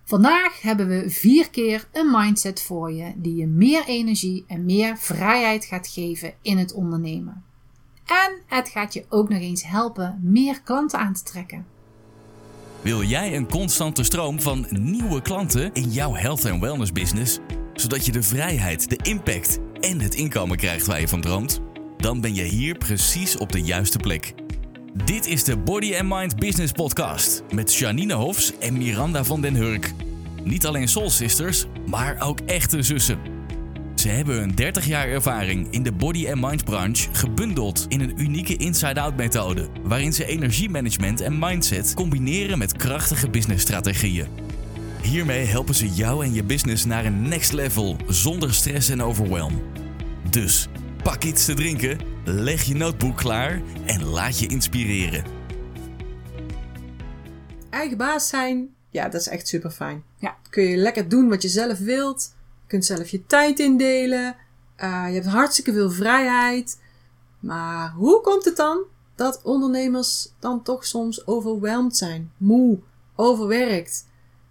Vandaag hebben we 4 keer een mindset voor je die je meer energie en meer vrijheid gaat geven in het ondernemen. En het gaat je ook nog eens helpen meer klanten aan te trekken. Wil jij een constante stroom van nieuwe klanten in jouw health en wellness business, zodat je de vrijheid, de impact en het inkomen krijgt waar je van droomt? Dan ben je hier precies op de juiste plek. Dit is de Body and Mind Business Podcast met Janine Hofs en Miranda van den Hurk. Niet alleen soul sisters, maar ook echte zussen. Ze hebben hun 30 jaar ervaring in de body and mind branche gebundeld in een unieke inside-out methode, waarin ze energiemanagement en mindset combineren met krachtige businessstrategieën. Hiermee helpen ze jou en je business naar een next level zonder stress en overwhelm. Dus pak iets te drinken, leg je notebook klaar en laat je inspireren. Eigen baas zijn, ja, dat is echt super fijn. Ja. Kun je lekker doen wat je zelf wilt. Je kunt zelf je tijd indelen. Je hebt hartstikke veel vrijheid. Maar hoe komt het dan dat ondernemers dan toch soms overweldigd zijn? Moe, overwerkt.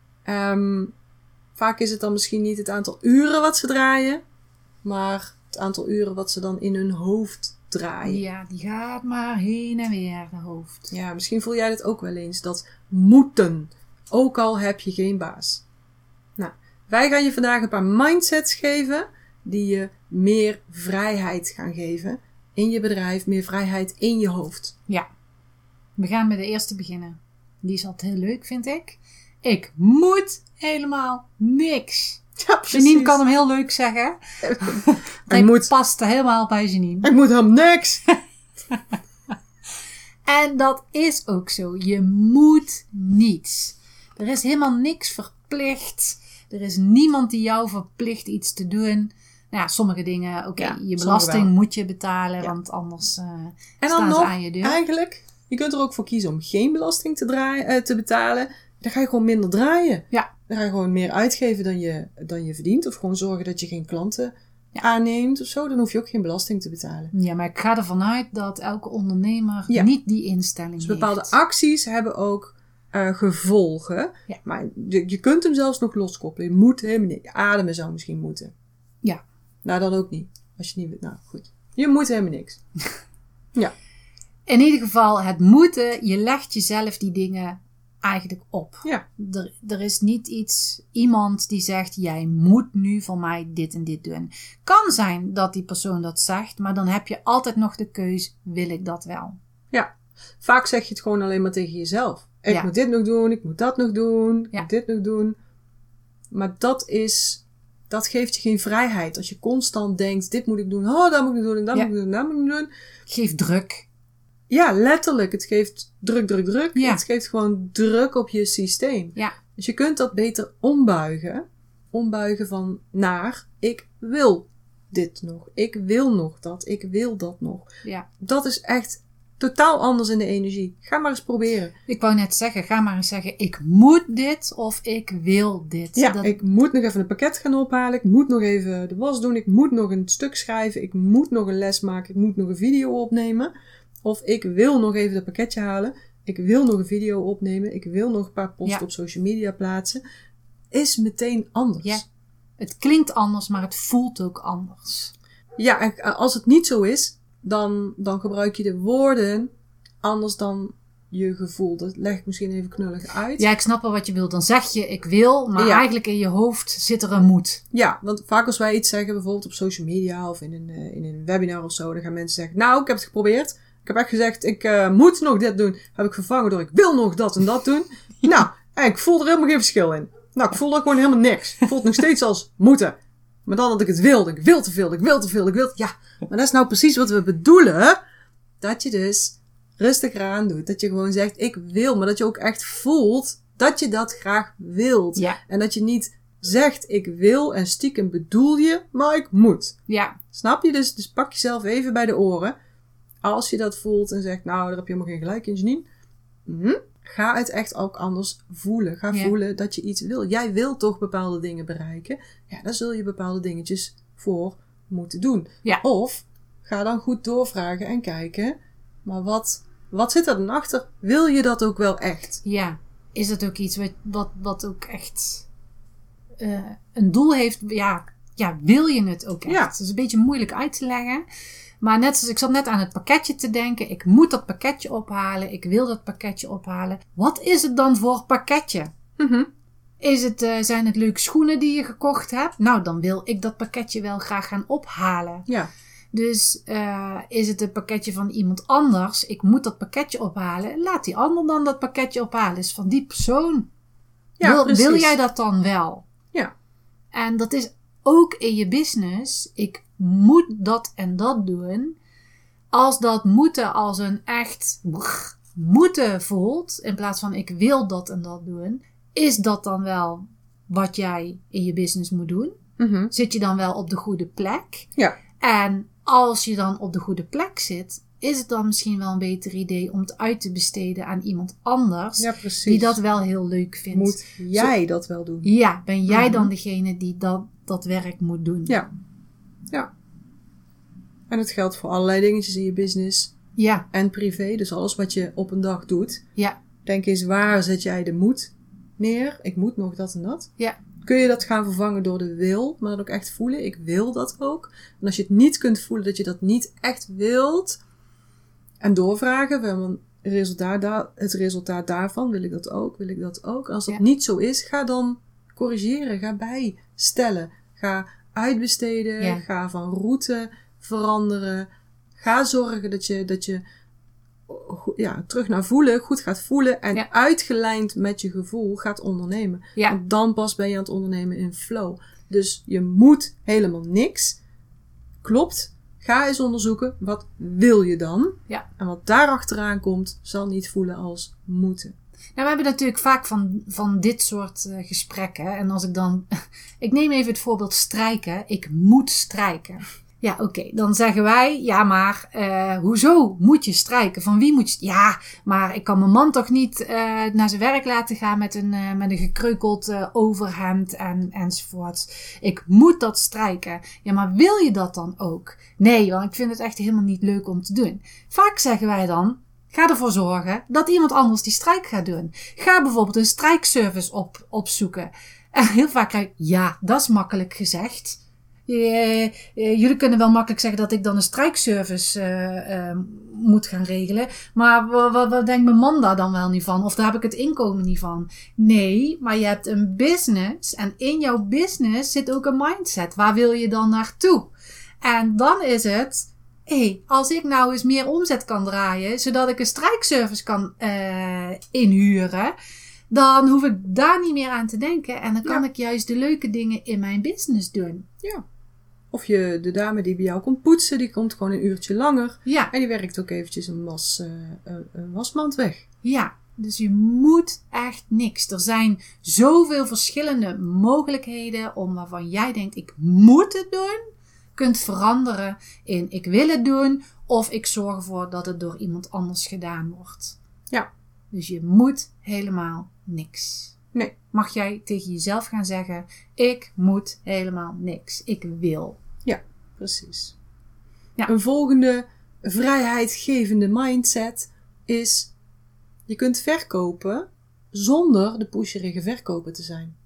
Vaak is het dan misschien niet het aantal uren wat ze draaien, maar het aantal uren wat ze dan in hun hoofd draaien. Ja, die gaat maar heen en weer de hoofd. Ja, misschien voel jij dit ook wel eens. Dat moeten. Ook al heb je geen baas. Nou, wij gaan je vandaag een paar mindsets geven die je meer vrijheid gaan geven in je bedrijf. Meer vrijheid in je hoofd. Ja, we gaan met de eerste beginnen. Die is altijd heel leuk, vind ik. Ik moet helemaal niks. Ja, precies. Janine kan hem heel leuk zeggen. Hij past helemaal bij Janine. Ik moet hem niks. En dat is ook zo. Je moet niets. Er is helemaal niks verplicht. Er is niemand die jou verplicht iets te doen. Nou ja, sommige dingen, oké, je belasting moet je betalen, want anders staan ze aan je deur. Eigenlijk, je kunt er ook voor kiezen om geen belasting te betalen. Dan ga je gewoon minder draaien. Ja. Dan ga je gewoon meer uitgeven dan je verdient. Of gewoon zorgen dat je geen klanten aanneemt of zo. Dan hoef je ook geen belasting te betalen. Ja, maar ik ga ervan uit dat elke ondernemer niet die instelling dus heeft. Bepaalde acties hebben ook gevolgen. Ja. Maar je kunt hem zelfs nog loskoppelen. Je moet helemaal niet. Ademen zou misschien moeten. Ja. Nou, dan ook niet. Als je niet weet. Nou, goed. Je moet helemaal niks. Ja. In ieder geval, het moeten. Je legt jezelf die dingen eigenlijk op. Ja. Er is niet iemand die zegt, jij moet nu van mij dit en dit doen. Kan zijn dat die persoon dat zegt, maar dan heb je altijd nog de keus, wil ik dat wel? Ja. Vaak zeg je het gewoon alleen maar tegen jezelf. Ik moet dit nog doen, ik moet dat nog doen, ik moet dit nog doen. Maar dat geeft je geen vrijheid. Als je constant denkt, dit moet ik doen, dat moet ik doen, en dat moet ik doen, dat moet ik doen. Geeft druk. Ja, letterlijk. Het geeft druk. Ja. Het geeft gewoon druk op je systeem. Ja. Dus je kunt dat beter ombuigen. Ombuigen van naar, ik wil dit nog. Ik wil nog dat. Ik wil dat nog. Ja. Dat is echt totaal anders in de energie. Ga maar eens proberen. Ik wou net zeggen, ga maar eens zeggen, ik moet dit of ik wil dit. Ja, ik moet nog even een pakket gaan ophalen. Ik moet nog even de was doen. Ik moet nog een stuk schrijven. Ik moet nog een les maken. Ik moet nog een video opnemen. Of ik wil nog even dat pakketje halen. Ik wil nog een video opnemen. Ik wil nog een paar posts op social media plaatsen. Is meteen anders. Ja. Het klinkt anders, maar het voelt ook anders. Ja, en als het niet zo is, dan gebruik je de woorden anders dan je gevoel. Dat leg ik misschien even knullig uit. Ja, ik snap wel wat je wilt. Dan zeg je ik wil, maar eigenlijk in je hoofd zit er een moet. Ja, want vaak als wij iets zeggen, bijvoorbeeld op social media of in een webinar of zo, dan gaan mensen zeggen, nou, ik heb het geprobeerd. Ik heb echt gezegd, ik moet nog dit doen. Heb ik vervangen door ik wil nog dat en dat doen. Nou, en ik voel er helemaal geen verschil in. Nou, ik voel er gewoon helemaal niks. Ik voel het nog steeds als moeten. Maar dan dat ik het wilde. Ik wil te veel. Ja, maar dat is nou precies wat we bedoelen. Dat je dus rustig aan doet. Dat je gewoon zegt, ik wil. Maar dat je ook echt voelt dat je dat graag wilt. Ja. En dat je niet zegt, ik wil en stiekem bedoel je, maar ik moet. Ja. Snap je? Dus pak jezelf even bij de oren. Als je dat voelt en zegt, nou, daar heb je helemaal geen gelijk in, Janine. Ga het echt ook anders voelen. Ga voelen dat je iets wil. Jij wilt toch bepaalde dingen bereiken. Ja, daar zul je bepaalde dingetjes voor moeten doen. Ja. Of ga dan goed doorvragen en kijken, maar wat zit er dan achter? Wil je dat ook wel echt? Ja. is het ook iets wat ook echt een doel heeft. Ja, wil je het ook echt? Ja. Het is een beetje moeilijk uit te leggen. Maar net zoals ik zat net aan het pakketje te denken. Ik moet dat pakketje ophalen. Ik wil dat pakketje ophalen. Wat is het dan voor pakketje? Mm-hmm. Zijn het leuke schoenen die je gekocht hebt? Nou, dan wil ik dat pakketje wel graag gaan ophalen. Ja. Dus is het een pakketje van iemand anders? Ik moet dat pakketje ophalen. Laat die ander dan dat pakketje ophalen. Is van die persoon. Ja, Wil jij dat dan wel? Ja. En dat is ook in je business. Ik moet dat en dat doen. Als dat moeten als een echt moeten voelt. In plaats van ik wil dat en dat doen. Is dat dan wel wat jij in je business moet doen? Mm-hmm. Zit je dan wel op de goede plek? Ja. En als je dan op de goede plek zit, is het dan misschien wel een beter idee om het uit te besteden aan iemand anders. Ja, precies. Die dat wel heel leuk vindt. Moet jij dat wel doen? Ja, ben jij dan Mhm. degene die dat werk moet doen? Ja. Ja. En het geldt voor allerlei dingetjes in je business Ja, en privé. Dus alles wat je op een dag doet. ja, Denk eens, waar zet jij de moed neer? Ik moet nog dat en dat. ja, Kun je dat gaan vervangen door de wil, maar dan ook echt voelen? Ik wil dat ook. En als je het niet kunt voelen dat je dat niet echt wilt, en doorvragen, van het resultaat daarvan, wil ik dat ook, wil ik dat ook. En als dat Ja. niet zo is, ga dan corrigeren, ga bijstellen, ga uitbesteden, Ja. ga van route veranderen. Ga zorgen dat je terug naar voelen, goed gaat voelen en Ja. uitgelijnd met je gevoel gaat ondernemen. ja, Want dan pas ben je aan het ondernemen in flow. Dus je moet helemaal niks. Klopt. Ga eens onderzoeken. Wat wil je dan? ja. En wat daar achteraan komt, zal niet voelen als moeten. Nou, we hebben natuurlijk vaak van dit soort gesprekken. En als ik dan... Ik neem even het voorbeeld strijken. Ik moet strijken. Ja, oké. Dan zeggen wij, ja, maar hoezo moet je strijken? Van wie moet je... Ja, maar ik kan mijn man toch niet naar zijn werk laten gaan met een gekreukeld overhemd enzovoort. Ik moet dat strijken. Ja, maar wil je dat dan ook? Nee, want ik vind het echt helemaal niet leuk om te doen. Vaak zeggen wij dan, ga ervoor zorgen dat iemand anders die strijk gaat doen. Ga bijvoorbeeld een strijkservice opzoeken. En heel vaak krijg ik, ja, dat is makkelijk gezegd. Jullie kunnen wel makkelijk zeggen dat ik dan een strijkservice moet gaan regelen. Maar wat denkt mijn man daar dan wel niet van? Of daar heb ik het inkomen niet van? Nee, maar je hebt een business. En in jouw business zit ook een mindset. Waar wil je dan naartoe? En dan is het... als ik nou eens meer omzet kan draaien, zodat ik een strijkservice kan inhuren, dan hoef ik daar niet meer aan te denken. En dan kan ik juist de leuke dingen in mijn business doen. Ja. Of de dame die bij jou komt poetsen, die komt gewoon een uurtje langer. Ja, En die werkt ook eventjes een wasmand weg. ja. Dus je moet echt niks. Er zijn zoveel verschillende mogelijkheden om waarvan jij denkt, ik moet het doen, kunt veranderen in ik wil het doen, of ik zorg ervoor dat het door iemand anders gedaan wordt. Ja. Dus je moet helemaal niks. Nee. Mag jij tegen jezelf gaan zeggen, ik moet helemaal niks. Ik wil. Precies. Ja. Een volgende vrijheidgevende mindset is, je kunt verkopen zonder de pusherige verkoper te zijn.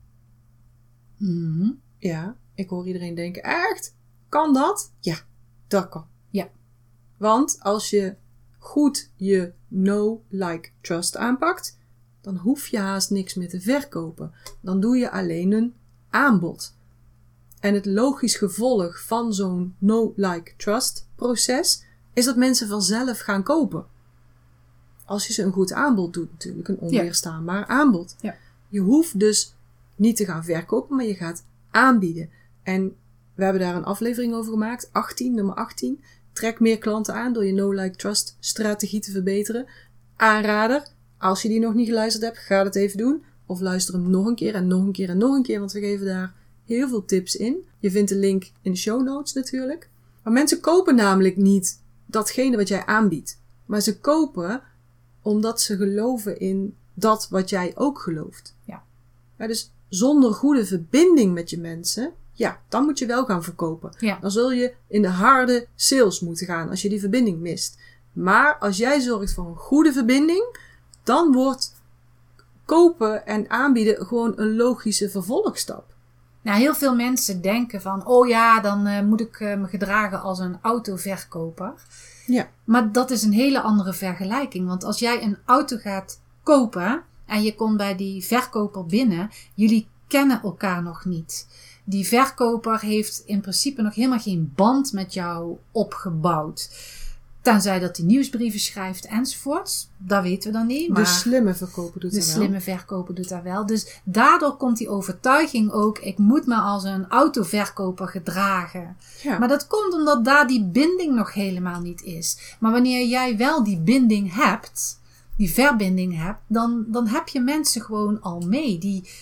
Mhm. Ja, ik hoor iedereen denken, echt? Kan dat? Ja, dat kan. Ja. Want als je goed je know, like, trust aanpakt, dan hoef je haast niks meer te verkopen. Dan doe je alleen een aanbod. En het logisch gevolg van zo'n know, like, trust proces is dat mensen vanzelf gaan kopen. Als je ze een goed aanbod doet natuurlijk, een onweerstaanbaar aanbod. Ja. Je hoeft dus niet te gaan verkopen, maar je gaat aanbieden. En we hebben daar een aflevering over gemaakt, nummer 18. Trek meer klanten aan door je know, like, trust strategie te verbeteren. Aanrader, als je die nog niet geluisterd hebt, ga dat even doen. Of luister hem nog een keer en nog een keer en nog een keer, want we geven daar heel veel tips in. Je vindt de link in de show notes natuurlijk. Maar mensen kopen namelijk niet datgene wat jij aanbiedt. Maar ze kopen omdat ze geloven in dat wat jij ook gelooft. Ja. Dus zonder goede verbinding met je mensen, ja, dan moet je wel gaan verkopen. Ja. Dan zul je in de harde sales moeten gaan als je die verbinding mist. Maar als jij zorgt voor een goede verbinding, dan wordt kopen en aanbieden gewoon een logische vervolgstap. Nou, heel veel mensen denken van, oh ja, dan moet ik me gedragen als een autoverkoper. Ja. Maar dat is een hele andere vergelijking. Want als jij een auto gaat kopen en je komt bij die verkoper binnen, jullie kennen elkaar nog niet. Die verkoper heeft in principe nog helemaal geen band met jou opgebouwd. Tenzij dat hij nieuwsbrieven schrijft enzovoorts. Dat weten we dan niet. Maar de slimme verkoper doet dat wel. De slimme verkoper doet dat wel. Dus daardoor komt die overtuiging ook, ik moet me als een autoverkoper gedragen. Ja. Maar dat komt omdat daar die binding nog helemaal niet is. Maar wanneer jij wel die binding hebt, die verbinding hebt, dan heb je mensen gewoon al mee.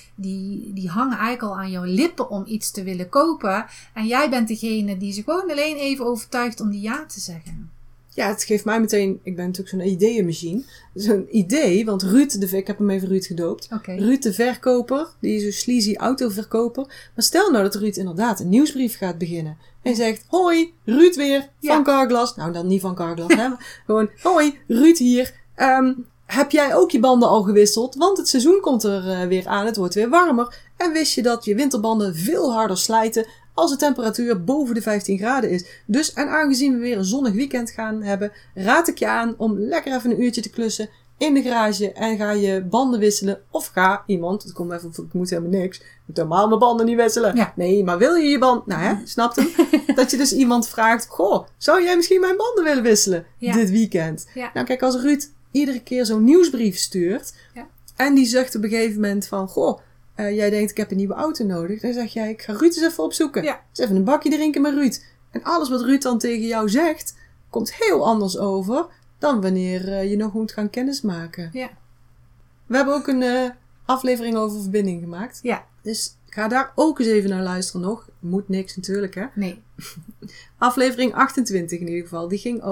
Die hangen eigenlijk al aan jouw lippen om iets te willen kopen. En jij bent degene die ze gewoon alleen even overtuigt om die ja te zeggen. Ja, het geeft mij meteen, ik ben natuurlijk zo'n ideeënmachine. Zo'n idee, want Ruud, ik heb hem even Ruud gedoopt. Okay. Ruud de verkoper, die is zo'n sleazy autoverkoper. Maar stel nou dat Ruud inderdaad een nieuwsbrief gaat beginnen. En zegt, hoi, Ruud weer, van Carglass. Nou, dan niet van Carglass, hè. Maar gewoon, hoi, Ruud hier. Heb jij ook je banden al gewisseld? Want het seizoen komt er weer aan, het wordt weer warmer. En wist je dat je winterbanden veel harder slijten als de temperatuur boven de 15 graden is. Dus, en aangezien we weer een zonnig weekend gaan hebben, raad ik je aan om lekker even een uurtje te klussen in de garage en ga je banden wisselen. Of ga iemand, het komt even, ik moet helemaal niks, ik moet helemaal mijn banden niet wisselen. Ja. Nee, maar wil je band, nou hè, snapt hem? Dat je dus iemand vraagt, goh, zou jij misschien mijn banden willen wisselen dit weekend? Ja. Nou kijk, als Ruud iedere keer zo'n nieuwsbrief stuurt en die zegt op een gegeven moment van, goh, jij denkt ik heb een nieuwe auto nodig. Dan zeg jij, ik ga Ruud eens even opzoeken. Ja. Dus even een bakje drinken met Ruud. En alles wat Ruud dan tegen jou zegt, komt heel anders over dan wanneer je nog moet gaan kennismaken. Ja. We hebben ook een aflevering over verbinding gemaakt. Ja. Dus ga daar ook eens even naar luisteren nog. Moet niks natuurlijk, hè. Nee. Aflevering 28 in ieder geval.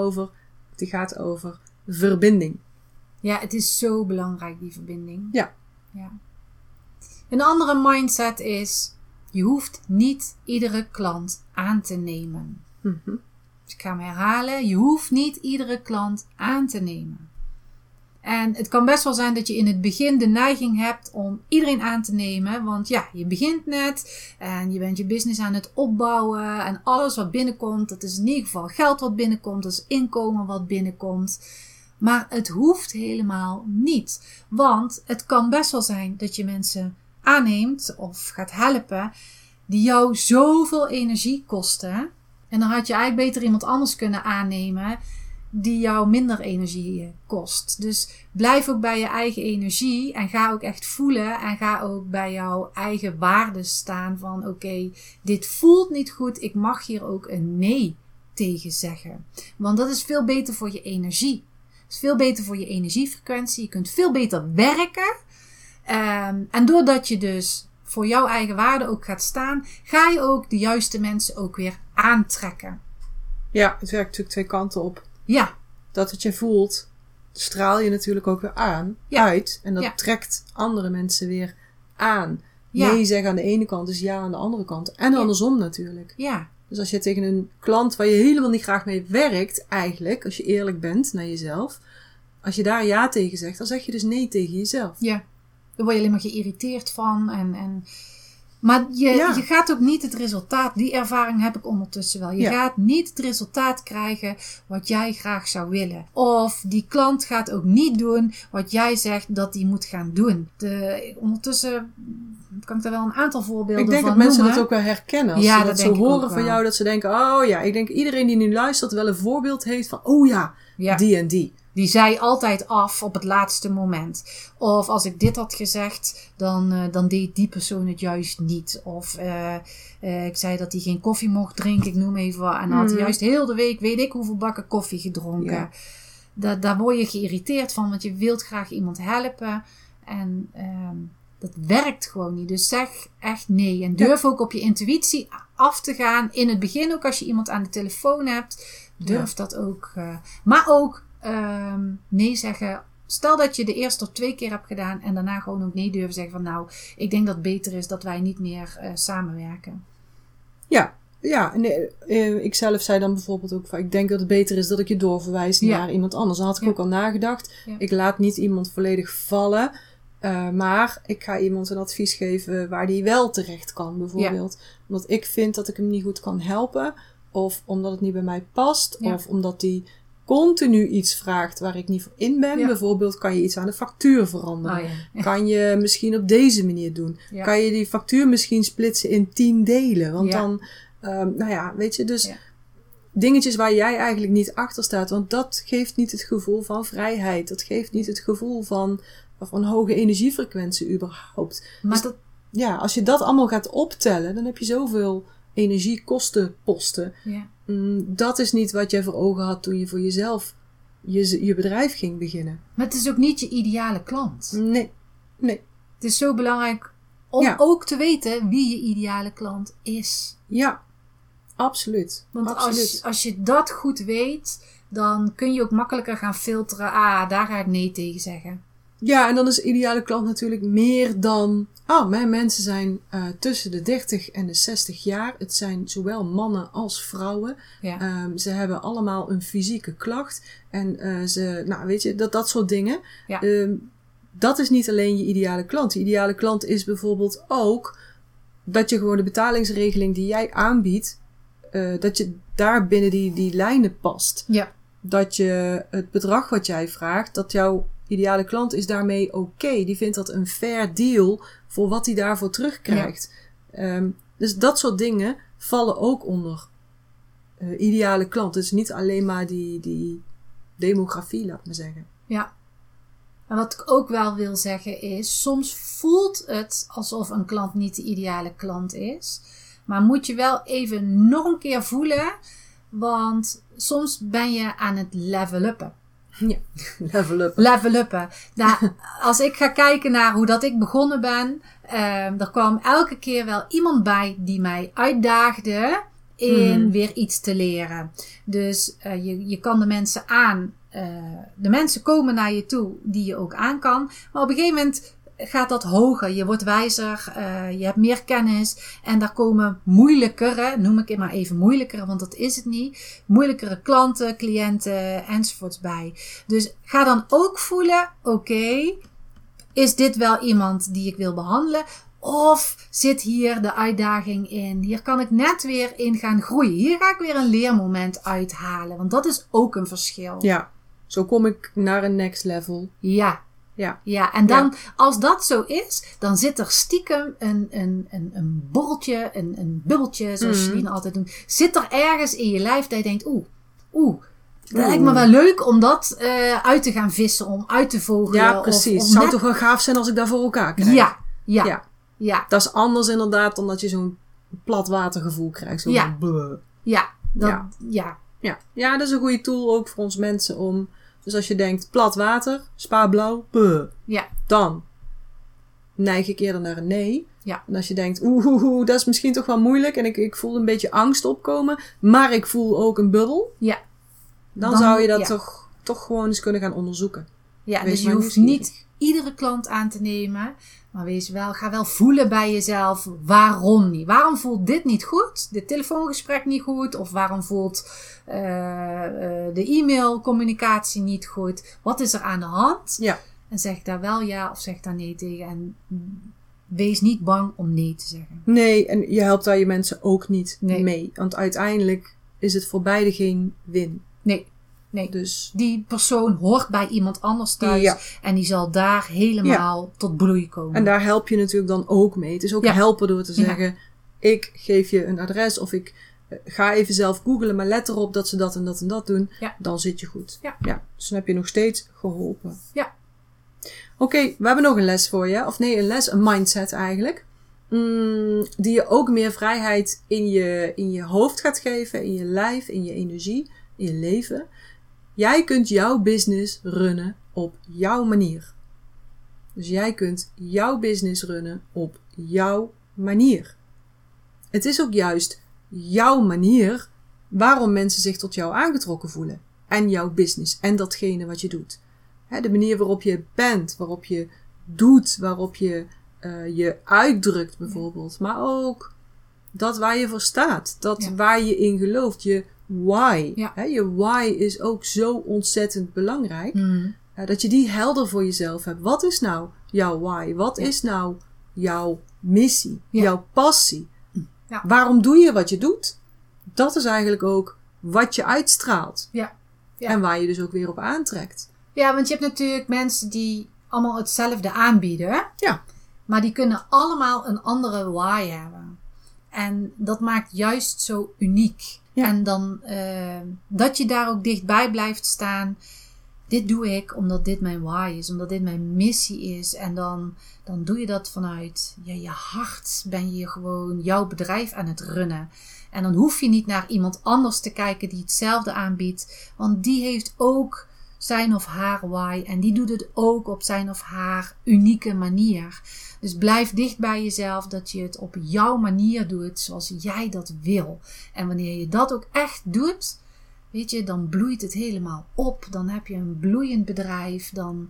Die gaat over verbinding. Ja, het is zo belangrijk, die verbinding. Ja. Een andere mindset is, je hoeft niet iedere klant aan te nemen. Mm-hmm. Dus ik ga hem herhalen, je hoeft niet iedere klant aan te nemen. En het kan best wel zijn dat je in het begin de neiging hebt om iedereen aan te nemen. Want ja, je begint net en je bent je business aan het opbouwen. En alles wat binnenkomt, dat is in ieder geval geld wat binnenkomt. Dat is inkomen wat binnenkomt. Maar het hoeft helemaal niet. Want het kan best wel zijn dat je mensen aanneemt of gaat helpen die jou zoveel energie kosten. En dan had je eigenlijk beter iemand anders kunnen aannemen die jou minder energie kost. Dus blijf ook bij je eigen energie en ga ook echt voelen en ga ook bij jouw eigen waarde staan van oké, dit voelt niet goed, ik mag hier ook een nee tegen zeggen. Want dat is veel beter voor je energie. Het is veel beter voor je energiefrequentie. Je kunt veel beter werken. En doordat je dus voor jouw eigen waarde ook gaat staan, ga je ook de juiste mensen ook weer aantrekken. Ja, het werkt natuurlijk twee kanten op. Ja. Dat wat je voelt, straal je natuurlijk ook weer uit. En dat trekt andere mensen weer aan. Ja. Nee zeggen aan de ene kant is ja aan de andere kant. En andersom natuurlijk. Ja. Dus als je tegen een klant waar je helemaal niet graag mee werkt, eigenlijk, als je eerlijk bent naar jezelf, als je daar ja tegen zegt, dan zeg je dus nee tegen jezelf. Ja. Daar word je alleen maar geïrriteerd van. Maar je gaat ook niet het resultaat, die ervaring heb ik ondertussen wel. Je gaat niet het resultaat krijgen wat jij graag zou willen. Of die klant gaat ook niet doen wat jij zegt dat hij moet gaan doen. Ondertussen kan ik daar wel een aantal voorbeelden van noemen. Ik denk dat mensen dat ook wel herkennen. Als ze dat zo horen van wel. jou, dat ze denken, oh ja, ik denk iedereen die nu luistert wel een voorbeeld heeft van, oh ja, die en die. Die zei altijd af op het laatste moment. Of als ik dit had gezegd, dan deed die persoon het juist niet. Of ik zei dat hij geen koffie mocht drinken, ik noem even wat. En dan had hij juist heel de week, weet ik hoeveel bakken koffie gedronken. Ja. Daar word je geïrriteerd van, want je wilt graag iemand helpen. En dat werkt gewoon niet. Dus zeg echt nee. En durf ook op je intuïtie af te gaan. In het begin ook als je iemand aan de telefoon hebt. Durf dat ook. Maar ook nee zeggen. Stel dat je de eerste of 2 keer hebt gedaan. En daarna gewoon ook nee durven zeggen van nou. Ik denk dat het beter is dat wij niet meer samenwerken. Ja, ik zelf zei dan bijvoorbeeld ook van, ik denk dat het beter is dat ik je doorverwijs naar iemand anders. Daar had ik ook al nagedacht. Ja. Ik laat niet iemand volledig vallen. Maar ik ga iemand een advies geven waar die wel terecht kan, bijvoorbeeld. Omdat ik vind dat ik hem niet goed kan helpen. Of omdat het niet bij mij past. Ja. Of omdat hij continu iets vraagt waar ik niet voor in ben. Ja. Bijvoorbeeld, kan je iets aan de factuur veranderen? Oh, ja. Kan je misschien op deze manier doen? Ja. Kan je die factuur misschien splitsen in 10 delen? Want Ja. dan, weet je, dus Ja. dingetjes waar jij eigenlijk niet achter staat. Want dat geeft niet het gevoel van vrijheid. Dat geeft niet het gevoel van hoge energiefrequentie überhaupt. Maar Dus dat, ja, als je dat allemaal gaat optellen, dan heb je zoveel energiekostenposten. ja. Dat is niet wat jij voor ogen had toen je voor jezelf je bedrijf ging beginnen. Maar het is ook niet je ideale klant. Nee. Het is zo belangrijk om Ja. ook te weten wie je ideale klant is. Ja, absoluut. Want absoluut. als je dat goed weet, dan kun je ook makkelijker gaan filteren. Daar ga ik nee tegen zeggen. Ja, en dan is de ideale klant natuurlijk meer dan... mijn mensen zijn tussen de 30 en de 60 jaar. Het zijn zowel mannen als vrouwen. Ja. Ze hebben allemaal een fysieke klacht. En dat soort dingen. Ja. Dat is niet alleen je ideale klant. Je ideale klant is bijvoorbeeld ook dat je gewoon de betalingsregeling die jij aanbiedt, dat je daar binnen die lijnen past. Ja. Dat je het bedrag wat jij vraagt, dat jouw ideale klant is daarmee oké. Die vindt dat een fair deal voor wat hij daarvoor terugkrijgt. Dus dat soort dingen vallen ook onder ideale klant. Dus niet alleen maar die demografie, laat ik maar zeggen. Ja. En wat ik ook wel wil zeggen is, soms voelt het alsof een klant niet de ideale klant is. Maar moet je wel even nog een keer voelen, want soms ben je aan het level-uppen. Ja, level up. Level-uppen. Nou, als ik ga kijken naar hoe dat ik begonnen ben, er kwam elke keer wel iemand bij die mij uitdaagde in weer iets te leren. Dus je kan de mensen aan. De mensen komen naar je toe die je ook aan kan. Maar op een gegeven moment gaat dat hoger. Je wordt wijzer. Je hebt meer kennis. En daar komen moeilijkere, noem ik het maar even moeilijkere, want dat is het niet. Moeilijkere klanten, cliënten enzovoorts bij. Dus ga dan ook voelen, oké, is dit wel iemand die ik wil behandelen? Of zit hier de uitdaging in? Hier kan ik net weer in gaan groeien. Hier ga ik weer een leermoment uithalen. Want dat is ook een verschil. Ja, zo kom ik naar een next level. Ja. Ja. Ja, en dan, als dat zo is, dan zit er stiekem een borreltje, een bubbeltje, zoals jullie altijd doen. Zit er ergens in je lijf dat je denkt, dat lijkt me wel leuk om dat uit te gaan vissen, om uit te vogelen. Ja, precies. Het zou toch wel gaaf zijn als ik dat voor elkaar krijg. Ja. Dat is anders inderdaad dan dat je zo'n platwatergevoel krijgt. Zo van, bleh. Ja, dat is een goede tool ook voor ons mensen om... Dus als je denkt, plat water, spaarblauw, dan neig ik eerder naar een nee. Ja. En als je denkt, dat is misschien toch wel moeilijk en ik voel een beetje angst opkomen, maar ik voel ook een bubbel. Ja. Dan zou je dat toch gewoon eens kunnen gaan onderzoeken. Ja, Wees dus je maar hoeft nieuwsgierig. niet iedere klant aan te nemen. Maar ga wel voelen bij jezelf, waarom niet? Waarom voelt dit niet goed? Dit telefoongesprek niet goed? Of waarom voelt de e-mailcommunicatie niet goed? Wat is er aan de hand? Ja. En zeg daar wel ja of zeg daar nee tegen. En wees niet bang om nee te zeggen. Nee, en je helpt daar je mensen ook niet Nee. mee. Want uiteindelijk is het voor beide geen win. Nee. Dus Die persoon hoort bij iemand anders thuis. Ja. En die zal daar helemaal tot bloei komen. en daar help je natuurlijk dan ook mee. Het is ook helpen door te zeggen, ik geef je een adres of ik ga even zelf googlen, maar let erop dat ze dat en dat en dat doen. Ja. Dan zit je goed. Ja. Dus dan heb je nog steeds geholpen. Ja. Oké, we hebben nog een les voor je. Of nee, een mindset eigenlijk. Die je ook meer vrijheid in je hoofd gaat geven, in je lijf, in je energie, in je leven. Jij kunt jouw business runnen op jouw manier. Dus jij kunt jouw business runnen op jouw manier. Het is ook juist jouw manier waarom mensen zich tot jou aangetrokken voelen. En jouw business en datgene wat je doet. De manier waarop je bent, waarop je doet, waarop je je uitdrukt bijvoorbeeld. Maar ook dat waar je voor staat. Dat waar je in gelooft. Je why. Ja. Je why is ook zo ontzettend belangrijk. Dat je die helder voor jezelf hebt. Wat is nou jouw why? Wat is nou jouw missie? Ja. Jouw passie? Ja. Waarom doe je wat je doet? Dat is eigenlijk ook wat je uitstraalt. Ja. Ja. En waar je dus ook weer op aantrekt. Ja, want je hebt natuurlijk mensen die allemaal hetzelfde aanbieden. Ja. Maar die kunnen allemaal een andere why hebben. En dat maakt juist zo uniek. Ja. En dan dat je daar ook dichtbij blijft staan. Dit doe ik omdat dit mijn why is. Omdat dit mijn missie is. En dan doe je dat vanuit je hart. Ben je gewoon jouw bedrijf aan het runnen. En dan hoef je niet naar iemand anders te kijken die hetzelfde aanbiedt. Want die heeft ook zijn of haar why. En die doet het ook op zijn of haar unieke manier. Dus blijf dicht bij jezelf dat je het op jouw manier doet zoals jij dat wil. En wanneer je dat ook echt doet, weet je, dan bloeit het helemaal op. Dan heb je een bloeiend bedrijf. Dan,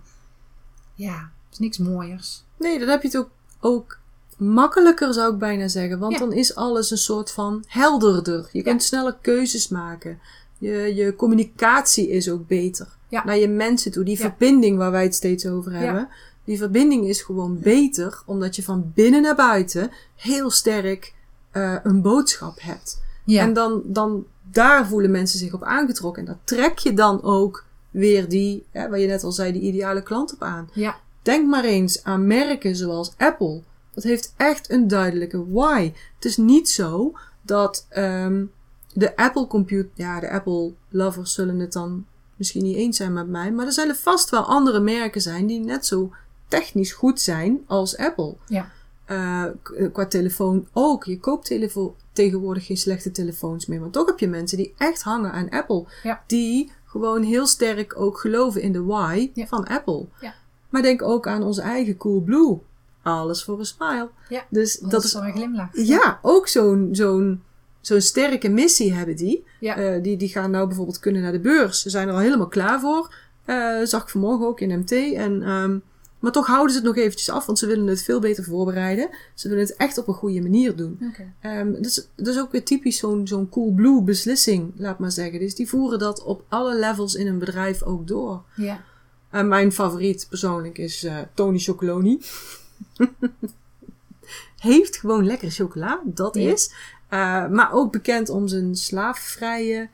is niks mooiers. Nee, dan heb je het ook makkelijker, zou ik bijna zeggen. Want Ja. dan is alles een soort van helderder. Je kunt sneller keuzes maken. Je communicatie is ook beter. Ja. Naar je mensen toe. Die Ja. verbinding waar wij het steeds over hebben. Die verbinding is gewoon beter. Omdat je van binnen naar buiten heel sterk een boodschap hebt. Ja. En dan daar voelen mensen zich op aangetrokken. En daar trek je dan ook weer die, waar je net al zei, die ideale klant op aan. Ja. Denk maar eens aan merken zoals Apple. Dat heeft echt een duidelijke why. Het is niet zo dat de Apple lovers zullen het dan misschien niet eens zijn met mij. Maar er zullen vast wel andere merken zijn die net zo technisch goed zijn als Apple. Ja. Qua telefoon ook. Je koopt tegenwoordig geen slechte telefoons meer. Want toch heb je mensen die echt hangen aan Apple. Ja. Die gewoon heel sterk ook geloven in de why van Apple. Ja. Maar denk ook aan onze eigen Coolblue. Alles voor een smile. Ja. Dus dat is voor een glimlach. ja, ook zo'n sterke missie hebben die. Ja. Die gaan nou bijvoorbeeld kunnen naar de beurs. Ze zijn er al helemaal klaar voor. Zag ik vanmorgen ook in MT. Maar toch houden ze het nog eventjes af, want ze willen het veel beter voorbereiden. Ze willen het echt op een goede manier doen. Okay. Dat is ook weer typisch zo'n Coolblue beslissing, laat maar zeggen. Dus die voeren dat op alle levels in een bedrijf ook door. Ja. Mijn favoriet persoonlijk is Tony Chocoloni. Heeft gewoon lekkere chocola, dat is. Maar ook bekend om zijn slaafvrije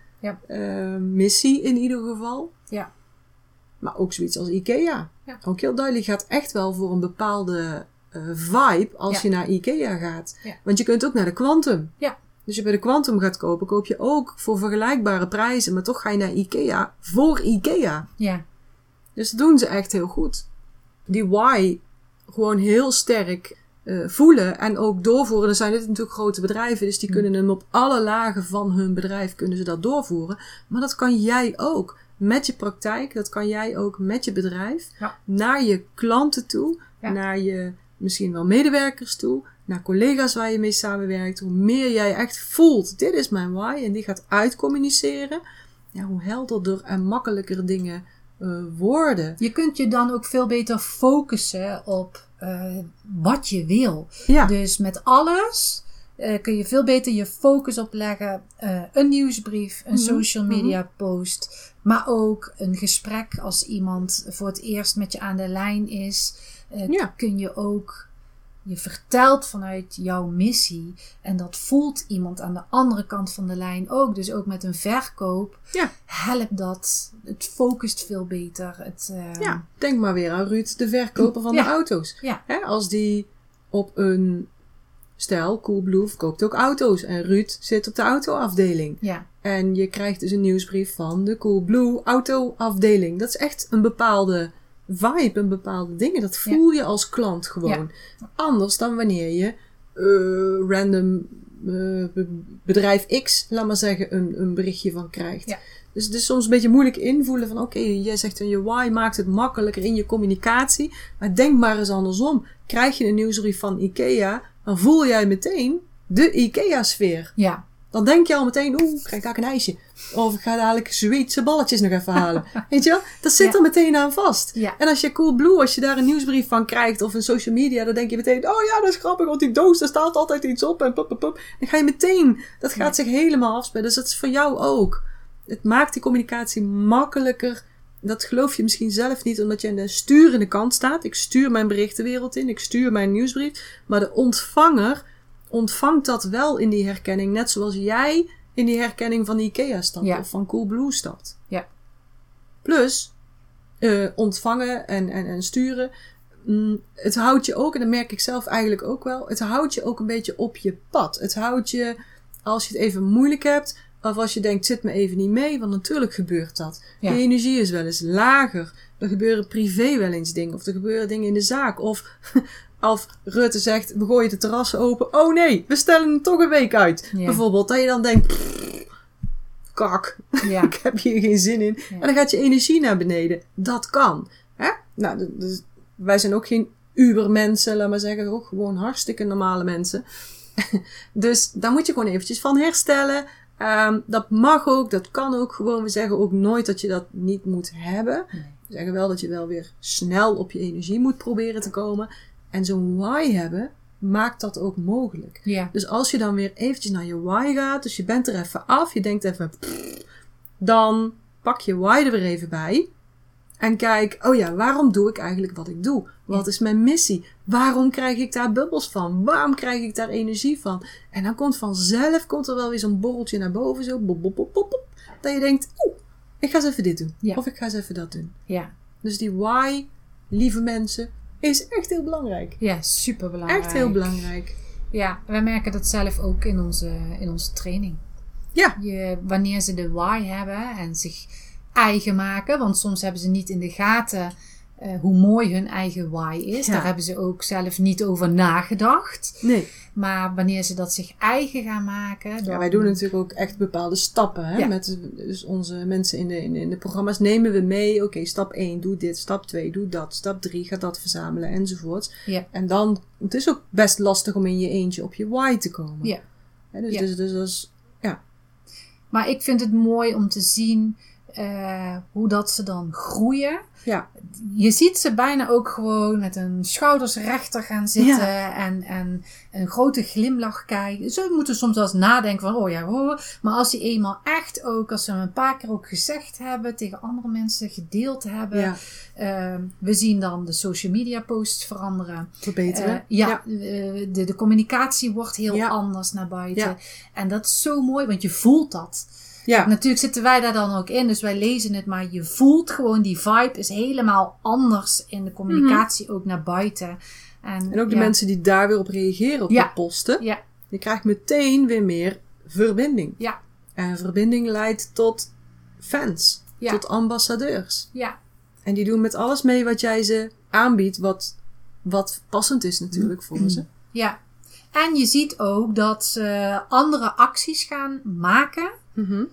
missie in ieder geval. Ja. Maar ook zoiets als Ikea. Ja. Ook heel duidelijk gaat echt wel voor een bepaalde vibe als je naar Ikea gaat. Ja. Want je kunt ook naar de Quantum. Ja. Dus als je bij de Quantum gaat kopen, koop je ook voor vergelijkbare prijzen. Maar toch ga je naar Ikea voor Ikea. Ja. Dus dat doen ze echt heel goed. Die why gewoon heel sterk voelen en ook doorvoeren. Dan zijn dit natuurlijk grote bedrijven, dus die kunnen hem op alle lagen van hun bedrijf kunnen ze dat doorvoeren. Maar dat kan jij ook met je praktijk, dat kan jij ook met je bedrijf, naar je klanten toe, naar je misschien wel medewerkers toe, naar collega's waar je mee samenwerkt. Hoe meer jij echt voelt, dit is mijn why, en die gaat uitcommuniceren, hoe helderder en makkelijker dingen worden. Je kunt je dan ook veel beter focussen op wat je wil. Ja. Dus met alles kun je veel beter je focus opleggen. Een nieuwsbrief, een social media post. Maar ook een gesprek als iemand voor het eerst met je aan de lijn is. Kun je ook... Je vertelt vanuit jouw missie. En dat voelt iemand aan de andere kant van de lijn ook. Dus ook met een verkoop helpt dat. Het focust veel beter. Denk maar weer aan Ruud, de verkoper van de auto's. Ja. Als die op een... Stel, Coolblue verkoopt ook auto's. En Ruud zit op de autoafdeling. Ja. En je krijgt dus een nieuwsbrief van de Coolblue autoafdeling. Dat is echt een bepaalde vibe, een bepaalde dingen. Dat voel je als klant gewoon. Ja. Anders dan wanneer je random bedrijf X, laat maar zeggen, een berichtje van krijgt. Ja. Dus het is soms een beetje moeilijk invoelen van oké, jij zegt dan je why maakt het makkelijker in je communicatie. Maar denk maar eens andersom. Krijg je een nieuwsbrief van Ikea, dan voel jij meteen de Ikea-sfeer. Ja. Dan denk je al meteen, ik krijg daar een ijsje. Of ik ga dadelijk Zweedse balletjes nog even halen. Weet je wel? Dat zit er meteen aan vast. Ja. En als je Coolblue, als je daar een nieuwsbrief van krijgt of een social media, dan denk je meteen, oh ja, dat is grappig, want die doos, daar staat altijd iets op en pop. Dan ga je meteen, dat gaat zich helemaal afspelen. Dus dat is voor jou ook. Het maakt die communicatie makkelijker dat geloof je misschien zelf niet, omdat je aan de sturende kant staat. Ik stuur mijn berichtenwereld in, ik stuur mijn nieuwsbrief. Maar de ontvanger ontvangt dat wel in die herkenning. Net zoals jij in die herkenning van IKEA stapt of van Coolblue stapt. Ja. Plus, ontvangen en sturen. Het houdt je ook, en dat merk ik zelf eigenlijk ook wel. Het houdt je ook een beetje op je pad. Het houdt je, als je het even moeilijk hebt, of als je denkt, zit me even niet mee, want natuurlijk gebeurt dat. Ja. Je energie is wel eens lager. Er gebeuren privé wel eens dingen. Of er gebeuren dingen in de zaak. Of Rutte zegt, we gooien de terrassen open. Oh nee, we stellen hem toch een week uit. Ja. Bijvoorbeeld, dat je dan denkt, kak, Ja. ik heb hier geen zin in. Ja. En dan gaat je energie naar beneden. Dat kan. Hè? Nou, dus wij zijn ook geen ubermensen, laat maar zeggen. Ook gewoon hartstikke normale mensen. Dus daar moet je gewoon eventjes van herstellen. Dat mag ook, dat kan ook gewoon. We zeggen ook nooit dat je dat niet moet hebben. Nee. We zeggen wel dat je wel weer snel op je energie moet proberen te komen. En zo'n why hebben, maakt dat ook mogelijk. Ja. Dus als je dan weer eventjes naar je why gaat, dus je bent er even af, je denkt even, dan pak je why er weer even bij. En kijk, oh ja, waarom doe ik eigenlijk wat ik doe? Wat is mijn missie? Waarom krijg ik daar bubbels van? Waarom krijg ik daar energie van? En dan komt vanzelf er wel weer zo'n borreltje naar boven, zo, bop, bop, bop, bop, dat je denkt, ik ga eens even dit doen. Ja. Of ik ga eens even dat doen. Ja. Dus die why, lieve mensen, is echt heel belangrijk. Ja, superbelangrijk. Echt heel belangrijk. Ja, wij merken dat zelf ook in onze training. Ja. Wanneer ze de why hebben en zich eigen maken, want soms hebben ze niet in de gaten hoe mooi hun eigen why is. Ja. Daar hebben ze ook zelf niet over nagedacht. Nee. Maar wanneer ze dat zich eigen gaan maken... Dan... Ja, wij doen natuurlijk ook echt bepaalde stappen. Hè? Ja. Met dus onze mensen in de programma's nemen we mee. Oké, stap 1, doe dit. Stap 2, doe dat. Stap 3, ga dat verzamelen enzovoort. Ja. En dan, het is ook best lastig om in je eentje op je why te komen. Ja. Hè, dus, Ja. dus dat is, ja. Maar ik vind het mooi om te zien hoe dat ze dan groeien. Ja. Je ziet ze bijna ook gewoon met hun schouders rechter gaan zitten en een grote glimlach kijken. Ze moeten soms wel eens nadenken van, oh ja, maar als die eenmaal echt ook, als ze hem een paar keer ook gezegd hebben, tegen andere mensen gedeeld hebben. Ja. We zien dan de social media posts veranderen. Verbeteren. De communicatie wordt heel anders naar buiten. Ja. En dat is zo mooi, want je voelt dat. Ja. Natuurlijk zitten wij daar dan ook in, dus wij lezen het, maar je voelt gewoon die vibe is helemaal anders in de communicatie ook naar buiten. En En ook de mensen die daar weer op reageren op de posten. Ja. Je krijgt meteen weer meer verbinding. Ja. En verbinding leidt tot fans. Ja. Tot ambassadeurs. Ja. En die doen met alles mee wat jij ze aanbiedt. Wat passend is natuurlijk voor ze. Ja. En je ziet ook dat ze andere acties gaan maken. Mm-hmm.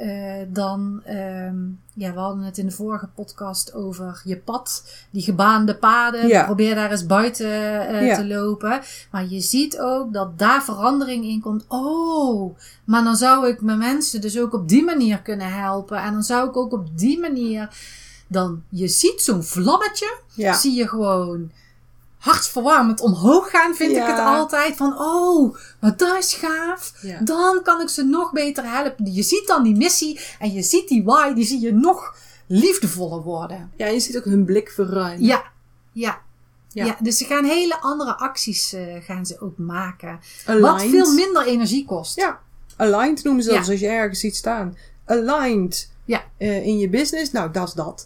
Dan, we hadden het in de vorige podcast over je pad, die gebaande paden. Ja. Probeer daar eens buiten te lopen. Maar je ziet ook dat daar verandering in komt. Oh, maar dan zou ik mijn mensen dus ook op die manier kunnen helpen. En dan zou ik ook op die manier, dan je ziet zo'n vlammetje, zie je gewoon hartverwarmend omhoog gaan, vind ik het altijd. Van, maar dat is gaaf. Ja. Dan kan ik ze nog beter helpen. Je ziet dan die missie en je ziet die why, die zie je nog liefdevoller worden. Ja, je ziet ook hun blik verruimen. Ja, dus ze gaan hele andere acties gaan ze ook maken. Aligned. Wat veel minder energie kost. Ja, aligned noemen ze dat. Ja. Dus als je ergens ziet staan. Aligned in je business. Nou, dat is dat.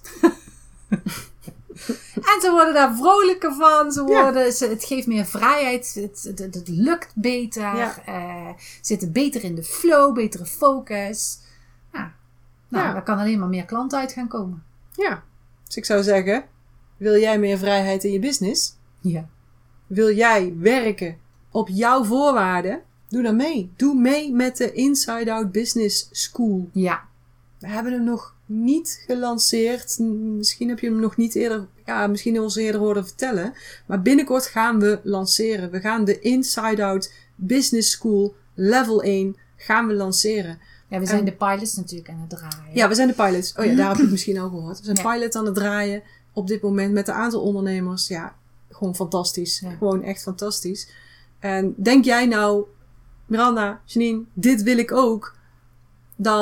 En ze worden daar vrolijker van. Het geeft meer vrijheid. Het lukt beter. Ja. Zitten beter in de flow. Betere focus. Daar kan alleen maar meer klanten uit gaan komen. Ja. Dus ik zou zeggen. Wil jij meer vrijheid in je business? Ja. Wil jij werken op jouw voorwaarden? Doe dan mee. Doe mee met de Inside Out Business School. Ja. We hebben hem nog niet gelanceerd. Misschien heb je hem nog niet eerder... Ja, misschien ons eerder horen vertellen. Maar binnenkort gaan we lanceren. We gaan de Inside Out Business School Level 1 gaan we lanceren. Ja, we zijn de pilots natuurlijk aan het draaien. Ja, we zijn de pilots. Oh ja, daar heb je het misschien al gehoord. We zijn pilots aan het draaien op dit moment met een aantal ondernemers. Ja, gewoon fantastisch. Ja. Gewoon echt fantastisch. En denk jij nou, Miranda, Janine, dit wil ik ook. Dan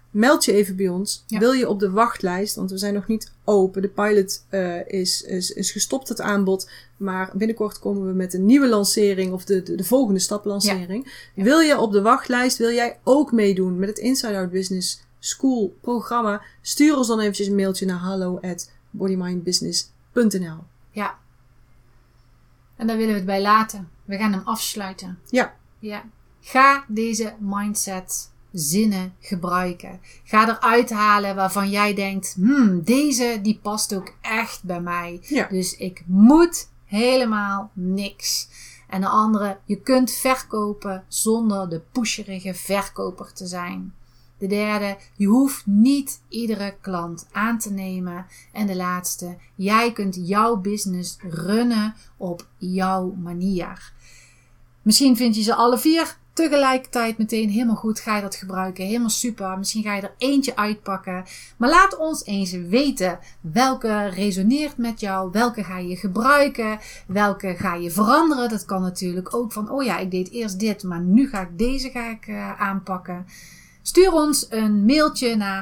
meld je even bij ons. Ja. Wil je op de wachtlijst, want we zijn nog niet open. De pilot is gestopt, het aanbod. Maar binnenkort komen we met een nieuwe lancering of de volgende stap lancering. Ja. Wil je op de wachtlijst, wil jij ook meedoen met het Inside Out Business School programma? Stuur ons dan eventjes een mailtje naar hallo@bodymindbusiness.nl. Ja. En daar willen we het bij laten. We gaan hem afsluiten. Ja. Ja. Ga deze mindset zinnen gebruiken. Ga eruit halen waarvan jij denkt, deze die past ook echt bij mij. Ja. Dus ik moet helemaal niks. En de andere, je kunt verkopen zonder de pusherige verkoper te zijn. De derde, je hoeft niet iedere klant aan te nemen. En de laatste, jij kunt jouw business runnen op jouw manier. Misschien vind je ze alle 4 tegelijkertijd meteen helemaal goed. Ga je dat gebruiken? Helemaal super. Misschien ga je er eentje uitpakken. Maar laat ons eens weten welke resoneert met jou. Welke ga je gebruiken? Welke ga je veranderen? Dat kan natuurlijk ook van, ik deed eerst dit, maar nu ga ik deze aanpakken. Stuur ons een mailtje naar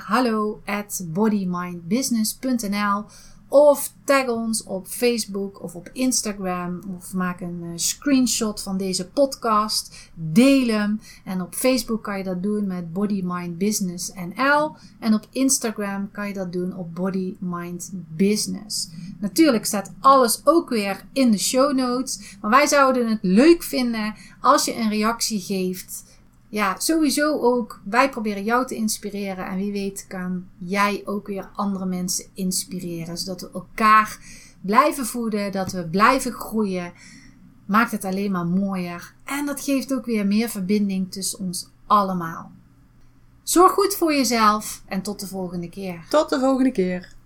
hallo@bodymindbusiness.nl of tag ons op Facebook of op Instagram of maak een screenshot van deze podcast. Deel hem. En op Facebook kan je dat doen met Body Mind Business NL. En op Instagram kan je dat doen op Body Mind Business. Natuurlijk staat alles ook weer in de show notes. Maar wij zouden het leuk vinden als je een reactie geeft. Ja, sowieso ook. Wij proberen jou te inspireren. En wie weet kan jij ook weer andere mensen inspireren. Zodat we elkaar blijven voeden. Dat we blijven groeien. Maakt het alleen maar mooier. En dat geeft ook weer meer verbinding tussen ons allemaal. Zorg goed voor jezelf. En tot de volgende keer. Tot de volgende keer.